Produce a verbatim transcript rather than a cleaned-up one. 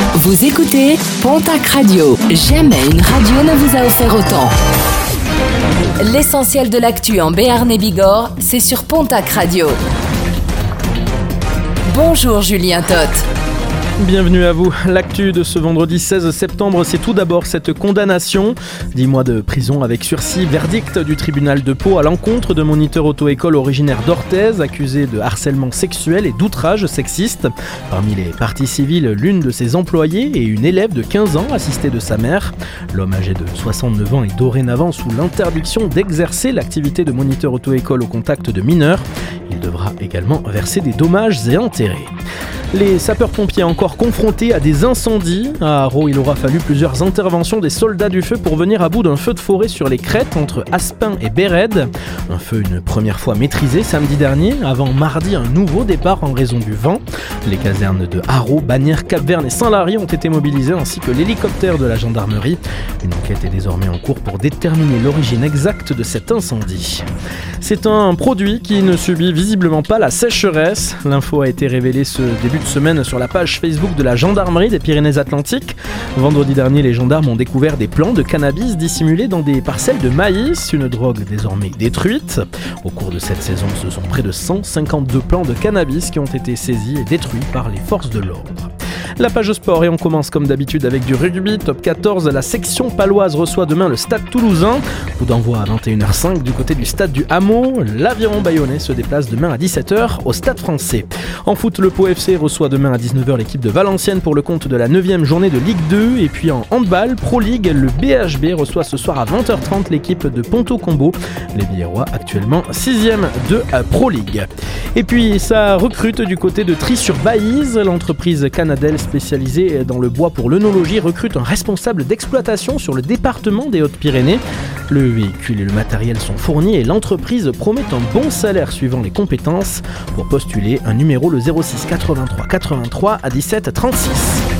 Vous écoutez Pontac Radio. Jamais une radio ne vous a offert autant. L'essentiel de l'actu en Béarn et Bigorre, c'est sur Pontac Radio. Bonjour Julien Todt. Bienvenue à vous. L'actu de ce vendredi seize septembre, c'est tout d'abord cette condamnation. dix mois de prison avec sursis, verdict du tribunal de Pau à l'encontre de moniteur auto-école originaire d'Orthez, accusé de harcèlement sexuel et d'outrage sexiste. Parmi les parties civiles, l'une de ses employées et une élève de quinze ans assistée de sa mère. L'homme âgé de soixante-neuf ans est dorénavant sous l'interdiction d'exercer l'activité de moniteur auto-école au contact de mineurs. Il devra également verser des dommages et intérêts. Les sapeurs-pompiers encore confrontés à des incendies. À Haro, il aura fallu plusieurs interventions des soldats du feu pour venir à bout d'un feu de forêt sur les crêtes entre Aspin et Bérède. Un feu une première fois maîtrisé samedi dernier, avant mardi un nouveau départ en raison du vent. Les casernes de Haro, Bagnères, Cap-Verne et Saint-Lary ont été mobilisées ainsi que l'hélicoptère de la gendarmerie. Une enquête est désormais en cours pour déterminer l'origine exacte de cet incendie. C'est un produit qui ne subit visiblement pas la sécheresse. L'info a été révélée ce début de semaine sur la page Facebook de la gendarmerie des Pyrénées-Atlantiques. Vendredi dernier, les gendarmes ont découvert des plants de cannabis dissimulés dans des parcelles de maïs, une drogue désormais détruite. Au cours de cette saison, ce sont près de cent cinquante-deux plants de cannabis qui ont été saisis et détruits par les forces de l'ordre. La page sport et on commence comme d'habitude avec du rugby. Top quatorze, la section paloise reçoit demain le Stade Toulousain. Coup d'envoi à vingt et une heures cinq du côté du Stade du Hameau. L'Aviron Bayonnais se déplace demain à dix-sept heures au Stade Français. En foot, le Pau F C reçoit demain à dix-neuf heures l'équipe de Valenciennes pour le compte de la neuvième journée de Ligue deux. Et puis en handball, Pro League, le B H B reçoit ce soir à vingt heures trente l'équipe de Ponto Combo. Les Biérois actuellement sixième de Pro League. Et puis ça recrute du côté de Trie-sur-Baïse. L'entreprise Canadel spécialisée dans le bois pour l'œnologie recrute un responsable d'exploitation sur le département des Hautes-Pyrénées. Le véhicule et le matériel sont fournis et l'entreprise promet un bon salaire suivant les compétences. Pour postuler, un numéro le zéro six quatre-vingt-trois quatre-vingt-trois à dix-sept trente-six.